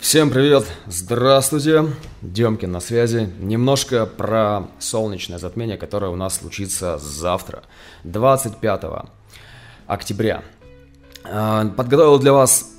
Всем привет, здравствуйте, Демкин на связи. Немножко про солнечное затмение, которое у нас случится завтра, 25 октября. Подготовил для вас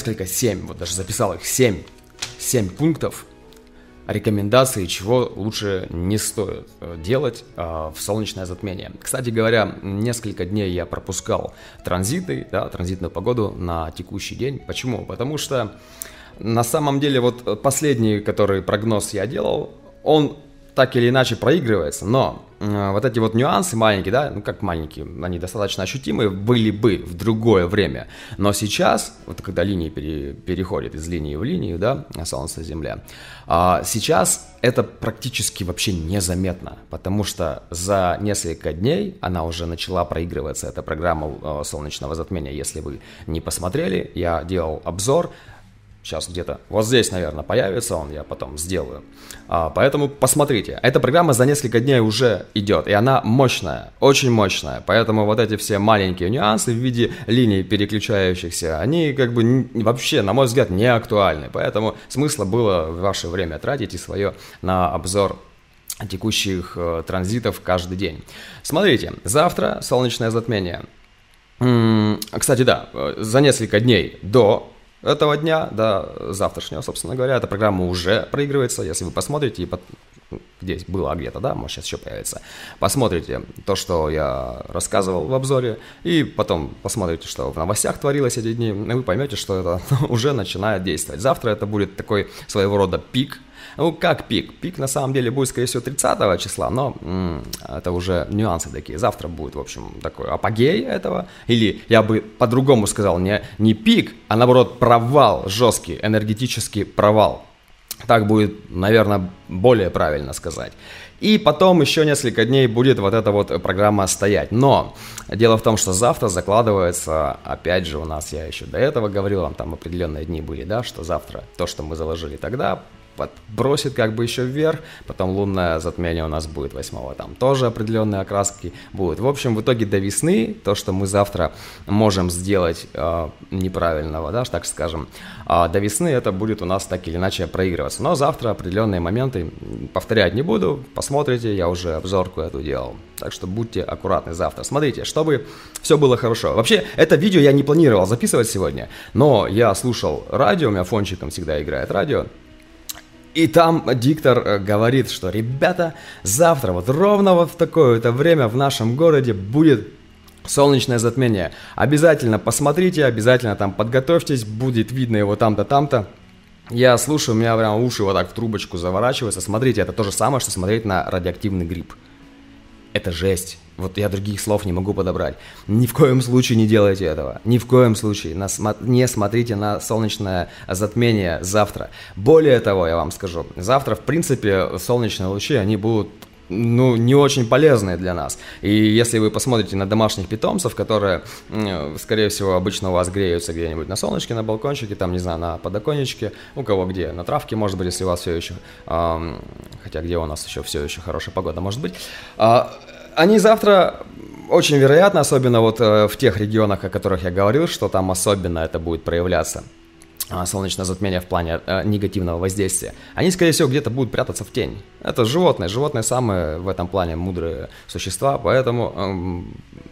даже записал их 7 пунктов рекомендаций, чего лучше не стоит делать в солнечное затмение. Кстати говоря, несколько дней я пропускал транзитную погоду на текущий день. Почему? Потому что на самом деле вот последний, который прогноз я делал, он так или иначе проигрывается, но вот эти вот нюансы маленькие, как маленькие, они достаточно ощутимые были бы в другое время. Но сейчас, вот когда линии переходят из линии в линию, Солнце, Земля, сейчас это практически вообще незаметно, потому что за несколько дней она уже начала проигрываться, эта программа солнечного затмения. Если вы не посмотрели, я делал обзор. Сейчас где-то вот здесь, наверное, появится он, я потом сделаю. Поэтому посмотрите. Эта программа за несколько дней уже идет, и она мощная, очень мощная. Поэтому вот эти все маленькие нюансы в виде линий переключающихся, они как бы вообще, на мой взгляд, не актуальны. Поэтому смысла было ваше время тратить и свое на обзор текущих транзитов каждый день. Смотрите, завтра солнечное затмение. Кстати, за несколько дней до этого дня, завтрашнего, собственно говоря, эта программа уже проигрывается. Если вы посмотрите, здесь было где-то, может сейчас еще появится, посмотрите то, что я рассказывал в обзоре, и потом посмотрите, что в новостях творилось эти дни, и вы поймете, что это уже начинает действовать. Завтра это будет такой своего рода пик. Как пик? Пик на самом деле будет, скорее всего, 30 числа, но это уже нюансы такие. Завтра будет, в общем, такой апогей этого. Или я бы по-другому сказал, не пик, а наоборот провал, жесткий, энергетический провал. Так будет, наверное, более правильно сказать. И потом еще несколько дней будет вот эта вот программа стоять. Но дело в том, что завтра закладывается, опять же, у нас, я еще до этого говорил, вам там определенные дни были, что завтра то, что мы заложили тогда, подбросит как бы еще вверх, потом лунное затмение у нас будет 8-го, там тоже определенные окраски будут. В общем, в итоге до весны, то, что мы завтра можем сделать неправильного, так скажем, до весны это будет у нас так или иначе проигрываться. Но завтра определенные моменты, повторять не буду, посмотрите, я уже обзорку эту делал. Так что будьте аккуратны завтра. Смотрите, чтобы все было хорошо. Вообще, это видео я не планировал записывать сегодня, но я слушал радио, у меня фончиком всегда играет радио. И там диктор говорит, что, ребята, завтра вот ровно вот в такое-то время в нашем городе будет солнечное затмение. Обязательно посмотрите, обязательно там подготовьтесь, будет видно его там-то, там-то. Я слушаю, у меня прям уши вот так в трубочку заворачиваются. Смотрите, это то же самое, что смотреть на радиоактивный гриб. Это жесть. Вот я других слов не могу подобрать. Ни в коем случае не делайте этого. Ни в коем случае. Не смотрите на солнечное затмение завтра. Более того, я вам скажу, завтра, в принципе, солнечные лучи, они будут не очень полезные для нас. И если вы посмотрите на домашних питомцев, которые, скорее всего, обычно у вас греются где-нибудь на солнышке, на балкончике, там, не знаю, на подоконничке, у кого где, на травке, может быть, если у вас все еще, хотя где у нас еще все еще хорошая погода, может быть, они завтра очень вероятно, особенно вот в тех регионах, о которых я говорил, что там особенно это будет проявляться, солнечное затмение в плане негативного воздействия, они, скорее всего, где-то будут прятаться в тень. Это животные самые в этом плане мудрые существа, поэтому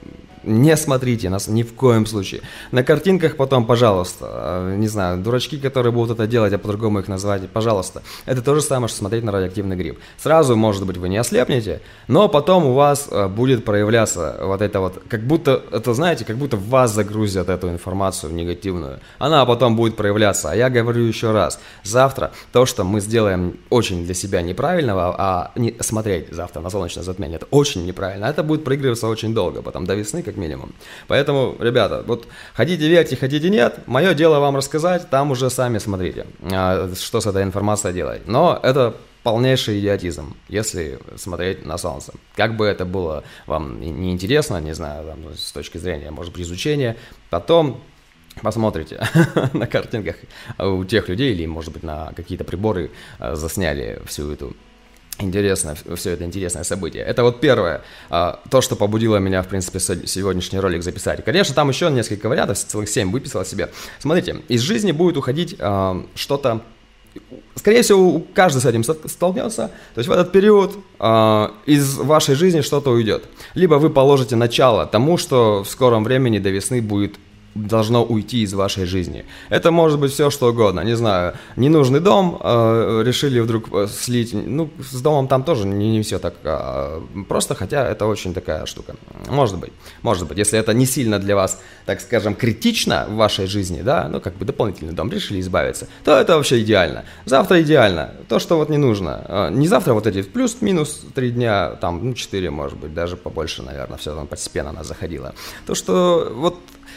не смотрите нас ни в коем случае. На картинках потом, пожалуйста, не знаю, дурачки, которые будут это делать, а по-другому их назвать, пожалуйста. Это то же самое, что смотреть на радиоактивный гриб. Сразу, может быть, вы не ослепнете, но потом у вас будет проявляться вот это вот, как будто, это знаете, как будто в вас загрузят эту информацию негативную. Она потом будет проявляться. А я говорю еще раз, завтра то, что мы сделаем очень для себя неправильного, а не смотреть завтра на солнечное затмение, это очень неправильно. Это будет проигрываться очень долго, потом до весны, как минимум. Поэтому, ребята, вот хотите верьте, хотите нет, мое дело вам рассказать, там уже сами смотрите, что с этой информацией делать. Но это полнейший идиотизм, если смотреть на солнце. Как бы это было вам неинтересно, не знаю, там, с точки зрения, может быть, изучения, потом посмотрите на картинках у тех людей, или, может быть, на какие-то приборы засняли всю эту интересно, все это интересное событие. Это вот первое, то, что побудило меня, в принципе, сегодняшний ролик записать. Конечно, там еще несколько вариантов, целых 7 выписал себе. Смотрите, из жизни будет уходить что-то скорее всего, каждый с этим столкнется. То есть в этот период из вашей жизни что-то уйдет. Либо вы положите начало тому, что в скором времени до весны должно уйти из вашей жизни. Это может быть все, что угодно. Не знаю, ненужный дом, решили вдруг слить. Ну, с домом там тоже не все так просто, хотя это очень такая штука. Может быть, если это не сильно для вас, так скажем, критично в вашей жизни, да, ну, как бы дополнительный дом, решили избавиться, то это вообще идеально. Завтра идеально. То, что вот не нужно. Не завтра вот эти плюс-минус 3 дня, там, ну, 4, может быть, даже побольше, наверное, все там постепенно она заходила. То, что вот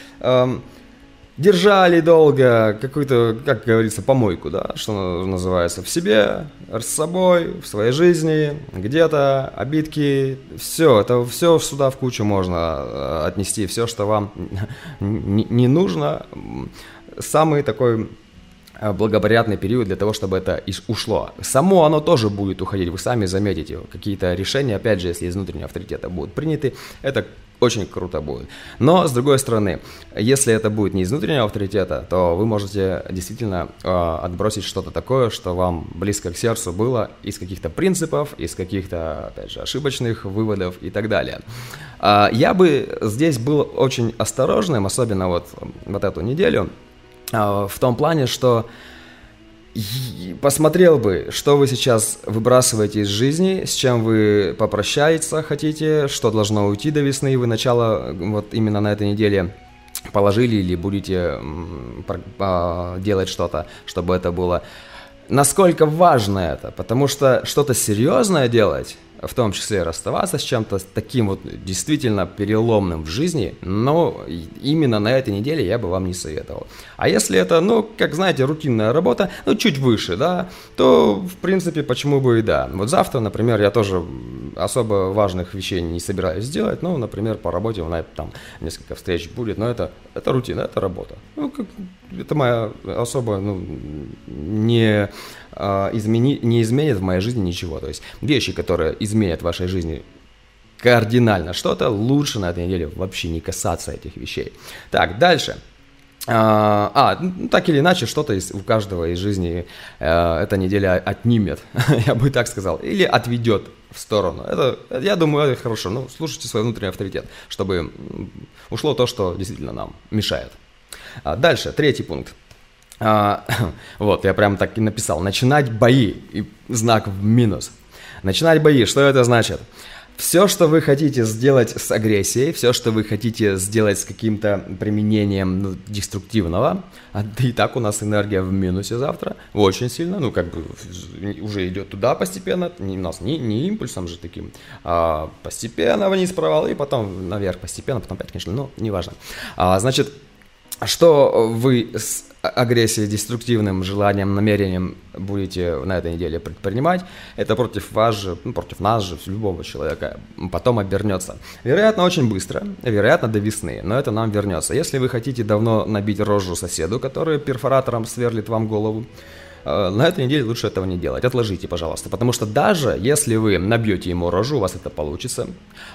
держали долго какую-то, как говорится, помойку, да, что называется, в себе, с собой, в своей жизни, где-то, обидки, все, это все сюда в кучу можно отнести, все, что вам не нужно, самый такой благоприятный период для того, чтобы это ушло. Само оно тоже будет уходить, вы сами заметите, какие-то решения, опять же, если из внутреннего авторитета будут приняты, это очень круто будет. Но, с другой стороны, если это будет не из внутреннего авторитета, то вы можете действительно отбросить что-то такое, что вам близко к сердцу было из каких-то принципов, из каких-то, опять же, ошибочных выводов и так далее. Я бы здесь был очень осторожным, особенно вот эту неделю, в том плане, что посмотрел бы, что вы сейчас выбрасываете из жизни, с чем вы попрощаться хотите, что должно уйти до весны, и вы начало вот именно на этой неделе положили или будете делать что-то, чтобы это было. Насколько важно это, потому что что-то серьезное делать, в том числе расставаться с чем-то таким вот действительно переломным в жизни, но именно на этой неделе я бы вам не советовал. А если это, ну, как знаете, рутинная работа, ну, чуть выше, да, то, в принципе, почему бы и да. Вот завтра, например, я тоже особо важных вещей не собираюсь делать, ну, например, по работе у меня там несколько встреч будет, но это рутина, это работа. Ну, это моя особо, ну, не изменит в моей жизни ничего. То есть вещи, которые изменят в вашей жизни кардинально что-то, лучше на этой неделе вообще не касаться этих вещей. Так, дальше. Так или иначе, что-то у каждого из жизни эта неделя отнимет, я бы так сказал, или отведет в сторону. Это, я думаю, это хорошо. Ну, слушайте свой внутренний авторитет, чтобы ушло то, что действительно нам мешает. Дальше, третий пункт. Вот, я прям так и написал. Начинать бои. И знак в минус. Начинать бои. Что это значит? Все, что вы хотите сделать с агрессией, все, что вы хотите сделать с каким-то применением деструктивного, и так у нас энергия в минусе завтра, очень сильно, ну, как бы уже идет туда постепенно, у нас не импульсом же таким, а постепенно вниз провал, и потом наверх постепенно, потом опять, конечно, но неважно. Значит, что вы с агрессией, деструктивным желанием, намерением будете на этой неделе предпринимать, это против вас же, против нас же, любого человека, потом обернется. Вероятно, очень быстро, вероятно, до весны, но это нам вернется. Если вы хотите давно набить рожу соседу, который перфоратором сверлит вам голову, на этой неделе лучше этого не делать. Отложите, пожалуйста. Потому что даже если вы набьете ему рожу, у вас это получится,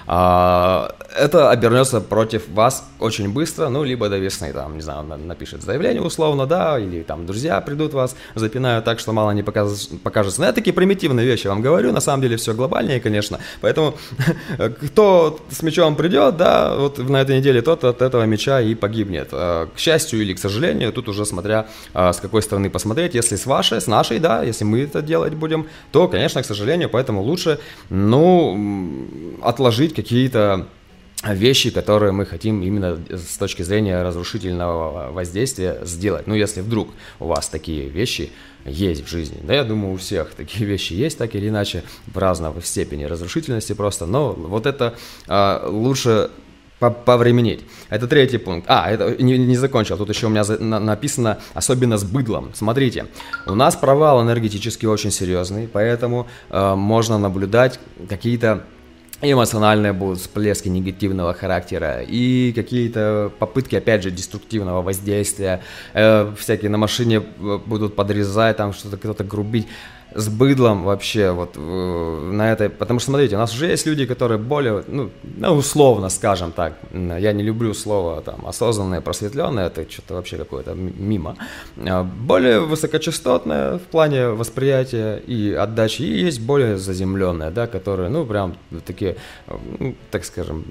это обернется против вас очень быстро, ну, либо до весны, там, не знаю, он напишет заявление условно, да, или там друзья придут вас, запинают так, что мало не покажется. Но я такие примитивные вещи вам говорю, на самом деле все глобальнее, конечно. Поэтому кто с мечом придет, да, вот на этой неделе, тот от этого меча и погибнет. К счастью или к сожалению, тут уже смотря с какой стороны посмотреть, если с нашей, да, если мы это делать будем, то, конечно, к сожалению, поэтому лучше, ну, отложить какие-то вещи, которые мы хотим именно с точки зрения разрушительного воздействия сделать. Ну, если вдруг у вас такие вещи есть в жизни. Да, я думаю, у всех такие вещи есть, так или иначе, в разной степени разрушительности просто, но вот это лучше повременить. Это третий пункт. Это не закончил. Тут еще у меня написано, особенно с быдлом. Смотрите, у нас провал энергетически очень серьезный, поэтому можно наблюдать какие-то эмоциональные будут всплески негативного характера и какие-то попытки, опять же, деструктивного воздействия. Всякие на машине будут подрезать, там что-то кто-то грубить. с быдлом вообще вот на этой... Потому что, смотрите, у нас уже есть люди, которые более, ну, условно, скажем так, я не люблю слово там осознанные, просветленные, это что-то вообще какое-то мимо. Более высокочастотное в плане восприятия и отдачи, и есть более заземленные, да, которые, ну, прям такие, ну, так скажем,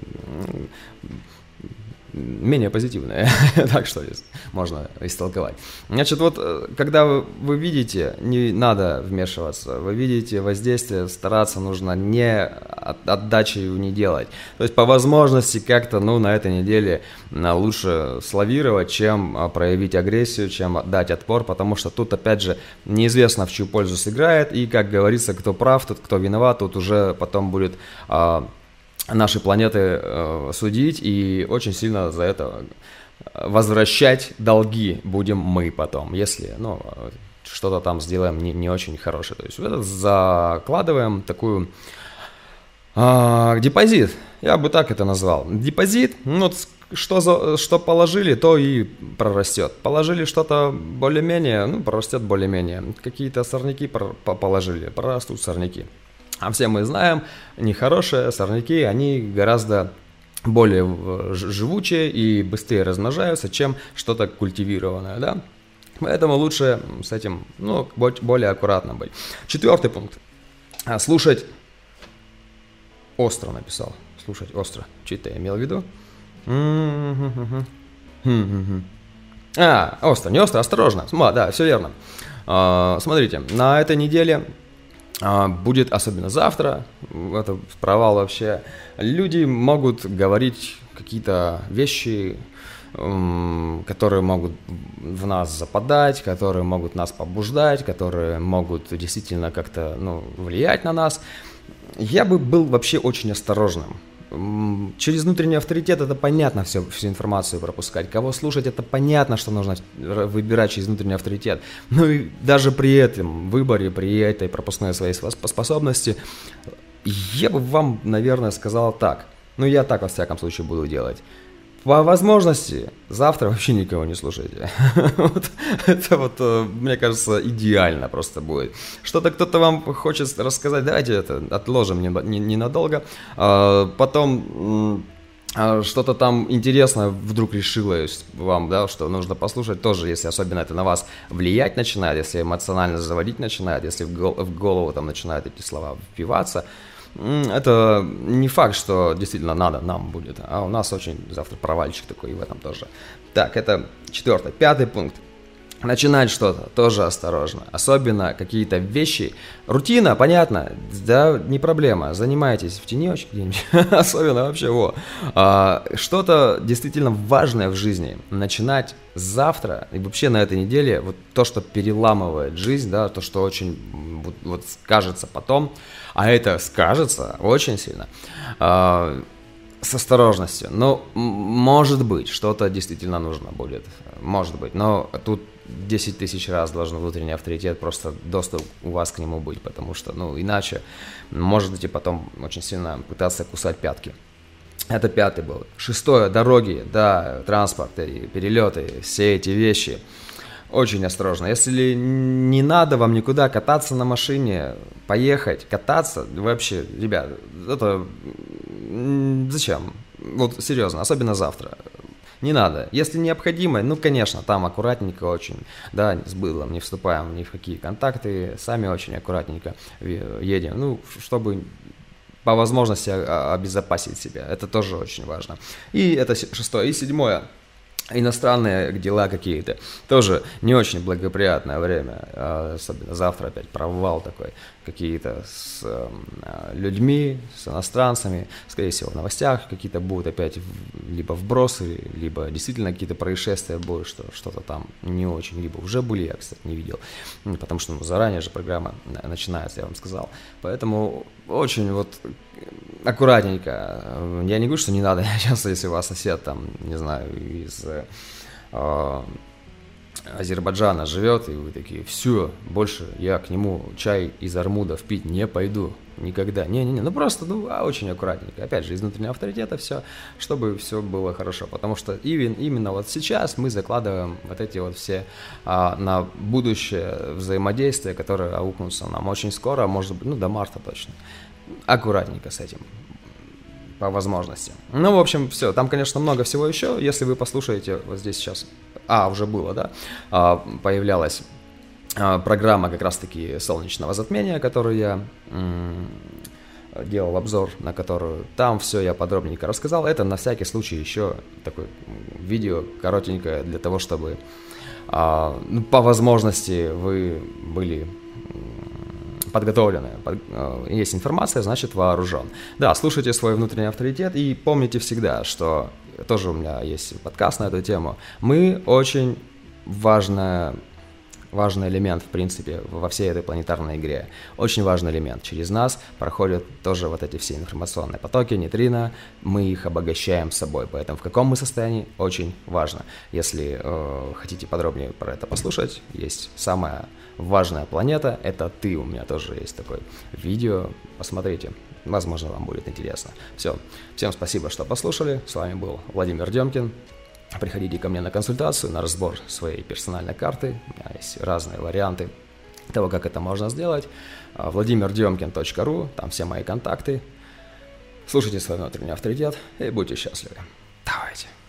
менее позитивные, так что можно истолковать. Значит, вот когда вы видите, не надо вмешиваться, вы видите воздействие, стараться нужно не отдачи не делать. То есть по возможности как-то, ну, на этой неделе лучше славировать, чем проявить агрессию, чем дать отпор, потому что тут, опять же, неизвестно, в чью пользу сыграет, и, как говорится, кто прав, тот, кто виноват, тут уже потом будет... нашей планеты судить, и очень сильно за это возвращать долги будем мы потом, если, ну, что-то там сделаем не очень хорошее. То есть в это закладываем такую депозит, я бы так это назвал. Депозит, ну, вот что положили, то и прорастет. Положили что-то более-менее, ну, прорастет более-менее. Какие-то сорняки положили, прорастут сорняки. А все мы знаем, нехорошие сорняки, они гораздо более живучие и быстрее размножаются, чем что-то культивированное, да? Поэтому лучше с этим, ну, более аккуратно быть. 4 пункт. Слушать остро написал. Слушать остро. Что-то я имел в виду. Остро, не остро, осторожно. Да, все верно. Смотрите, на этой неделе... будет, особенно завтра, это провал вообще, люди могут говорить какие-то вещи, которые могут в нас западать, которые могут нас побуждать, которые могут действительно как-то, ну, влиять на нас. Я бы был вообще очень осторожным. Через внутренний авторитет это понятно всю информацию пропускать. Кого слушать, это понятно, что нужно выбирать через внутренний авторитет. Ну и даже при этом выборе, при этой пропускной своей способности, я бы вам, наверное, сказал так. Ну я так, во всяком случае, буду делать. По возможности, завтра вообще никого не слушайте. Это вот, мне кажется, идеально просто будет. Что-то кто-то вам хочет рассказать, давайте это отложим ненадолго. Потом что-то там интересное вдруг решилось вам, да, что нужно послушать тоже, если особенно это на вас влиять начинает, если эмоционально заводить начинает, если в голову там начинают эти слова впиваться. Это не факт, что действительно надо нам будет, а у нас очень завтра провальчик такой и в этом тоже. Так, это 4. 5 пункт. Начинать что-то тоже осторожно, особенно какие-то вещи. Рутина, понятно, да, не проблема, занимайтесь в тенечке где-нибудь, особенно вообще, что-то действительно важное в жизни начинать завтра и вообще на этой неделе, вот то, что переламывает жизнь, да, то, что очень вот скажется потом, а это скажется очень сильно, с осторожностью. Но может быть, что-то действительно нужно будет, может быть, но тут 10 тысяч раз должен внутренний авторитет, просто доступ у вас к нему быть, потому что, ну, иначе можете потом очень сильно пытаться кусать пятки. Это 5 был. 6. Дороги, да, транспорт, и перелеты, все эти вещи. Очень осторожно. Если не надо вам никуда кататься на машине, поехать, кататься, вообще, ребят, это зачем? Вот серьезно, особенно завтра. Не надо. Если необходимо, ну, конечно, там аккуратненько очень, да, с быдлом не вступаем ни в какие контакты, сами очень аккуратненько едем, ну, чтобы по возможности обезопасить себя. Это тоже очень важно. И это 6. И 7. Иностранные дела какие-то. Тоже не очень благоприятное время. Особенно завтра опять провал такой. Какие-то с людьми, с иностранцами. Скорее всего, в новостях какие-то будут опять либо вбросы, либо действительно какие-то происшествия будут, что что-то там не очень. Либо уже были, я, кстати, не видел. Потому что заранее же программа начинается, я вам сказал. Поэтому очень вот аккуратненько. Я не говорю, что не надо. Часто, если у вас сосед там, не знаю, из Азербайджана живет, и вы такие, все, больше я к нему чай из армудов пить не пойду никогда. Не-не-не, ну просто, очень аккуратненько. Опять же, из внутреннего авторитета все, чтобы все было хорошо. Потому что именно вот сейчас мы закладываем вот эти вот все на будущее взаимодействие, которое аукнутся нам очень скоро, может быть, до марта точно. Аккуратненько с этим. По возможности. Ну, в общем, все. Там, конечно, много всего еще. Если вы послушаете, вот здесь сейчас... уже было, да? Появлялась программа как раз-таки солнечного затмения, которую я делал обзор, на которую там все я подробненько рассказал. Это на всякий случай еще такое видео коротенькое для того, чтобы по возможности вы были... подготовлены, есть информация, значит вооружен. Да, слушайте свой внутренний авторитет и помните всегда, что тоже у меня есть подкаст на эту тему. Мы очень важный элемент, в принципе, во всей этой планетарной игре. Очень важный элемент. Через нас проходят тоже вот эти все информационные потоки, нейтрино, мы их обогащаем собой. Поэтому в каком мы состоянии, очень важно. Если хотите подробнее про это послушать, есть самая важная планета, это ты. У меня тоже есть такое видео, посмотрите, возможно, вам будет интересно. Все, всем спасибо, что послушали. С вами был Владимир Демкин. Приходите ко мне на консультацию, на разбор своей персональной карты. У меня есть разные варианты того, как это можно сделать. vladimirdeмкин.ru, там все мои контакты. Слушайте свой внутренний авторитет и будьте счастливы. Давайте.